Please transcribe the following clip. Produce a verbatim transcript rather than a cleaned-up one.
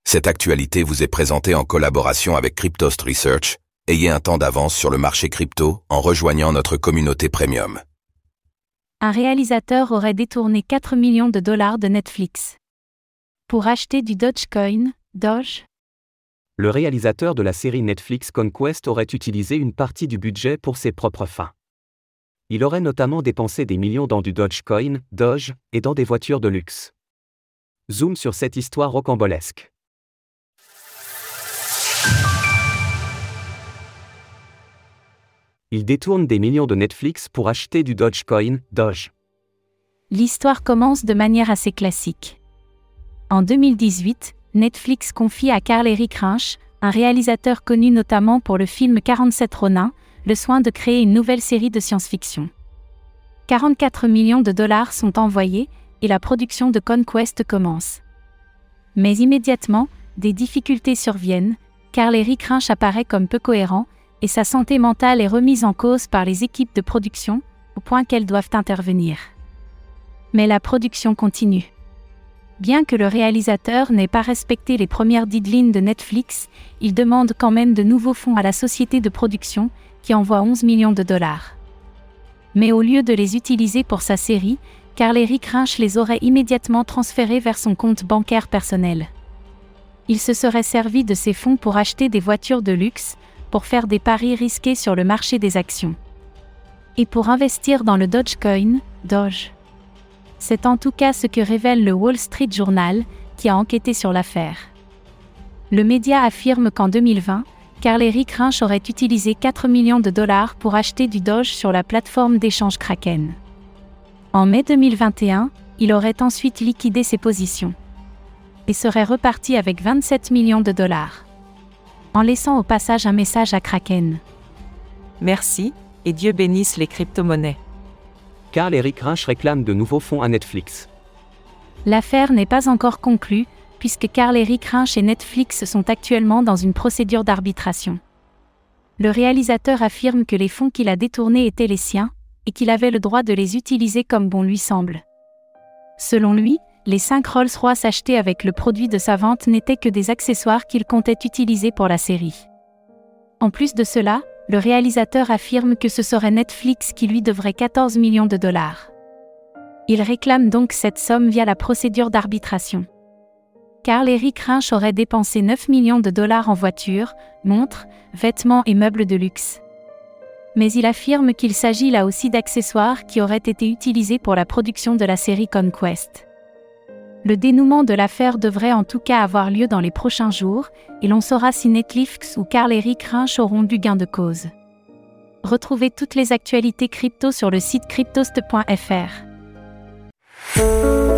Cette actualité vous est présentée en collaboration avec Cryptost Research. Ayez un temps d'avance sur le marché crypto en rejoignant notre communauté premium. Un réalisateur aurait détourné quatre millions de dollars de Netflix pour acheter du Dogecoin, Doge. Le réalisateur de la série Netflix Conquest aurait utilisé une partie du budget pour ses propres fins. Il aurait notamment dépensé des millions dans du Dogecoin, Doge, et dans des voitures de luxe. Zoom sur cette histoire rocambolesque. Il détourne des millions de Netflix pour acheter du Dogecoin, Doge. L'histoire commence de manière assez classique. En deux mille dix-huit, Netflix confie à Karl-Erik Reinsch, un réalisateur connu notamment pour le film quarante-sept Ronin, le soin de créer une nouvelle série de science-fiction. quarante-quatre millions de dollars sont envoyés, et la production de Conquest commence. Mais immédiatement, des difficultés surviennent, Karl-Erik Reinsch apparaît comme peu cohérent, et sa santé mentale est remise en cause par les équipes de production, au point qu'elles doivent intervenir. Mais la production continue. Bien que le réalisateur n'ait pas respecté les premières deadlines de Netflix, il demande quand même de nouveaux fonds à la société de production, qui envoie onze millions de dollars. Mais au lieu de les utiliser pour sa série, Karl-Erik Reinsch les aurait immédiatement transférés vers son compte bancaire personnel. Il se serait servi de ces fonds pour acheter des voitures de luxe, pour faire des paris risqués sur le marché des actions. Et pour investir dans le Dogecoin, Doge. C'est en tout cas ce que révèle le Wall Street Journal, qui a enquêté sur l'affaire. Le média affirme qu'en deux mille vingt, Karl-Erik Reinsch aurait utilisé quatre millions de dollars pour acheter du Doge sur la plateforme d'échange Kraken. En mai deux mille vingt et un, il aurait ensuite liquidé ses positions. Et serait reparti avec vingt-sept millions de dollars. En laissant au passage un message à Kraken. Merci, et Dieu bénisse les crypto-monnaies. Karl-Erik Reinsch réclame de nouveaux fonds à Netflix. L'affaire n'est pas encore conclue, puisque Karl-Erik Reinsch et Netflix sont actuellement dans une procédure d'arbitration. Le réalisateur affirme que les fonds qu'il a détournés étaient les siens, et qu'il avait le droit de les utiliser comme bon lui semble. Selon lui, les cinq Rolls-Royce achetés avec le produit de sa vente n'étaient que des accessoires qu'il comptait utiliser pour la série. En plus de cela, le réalisateur affirme que ce serait Netflix qui lui devrait quatorze millions de dollars. Il réclame donc cette somme via la procédure d'arbitration. Karl-Erik Reinsch aurait dépensé neuf millions de dollars en voitures, montres, vêtements et meubles de luxe. Mais il affirme qu'il s'agit là aussi d'accessoires qui auraient été utilisés pour la production de la série Conquest. Le dénouement de l'affaire devrait en tout cas avoir lieu dans les prochains jours, et l'on saura si Netflix ou Karl-Erik Reinsch auront du gain de cause. Retrouvez toutes les actualités crypto sur le site cryptost point f r.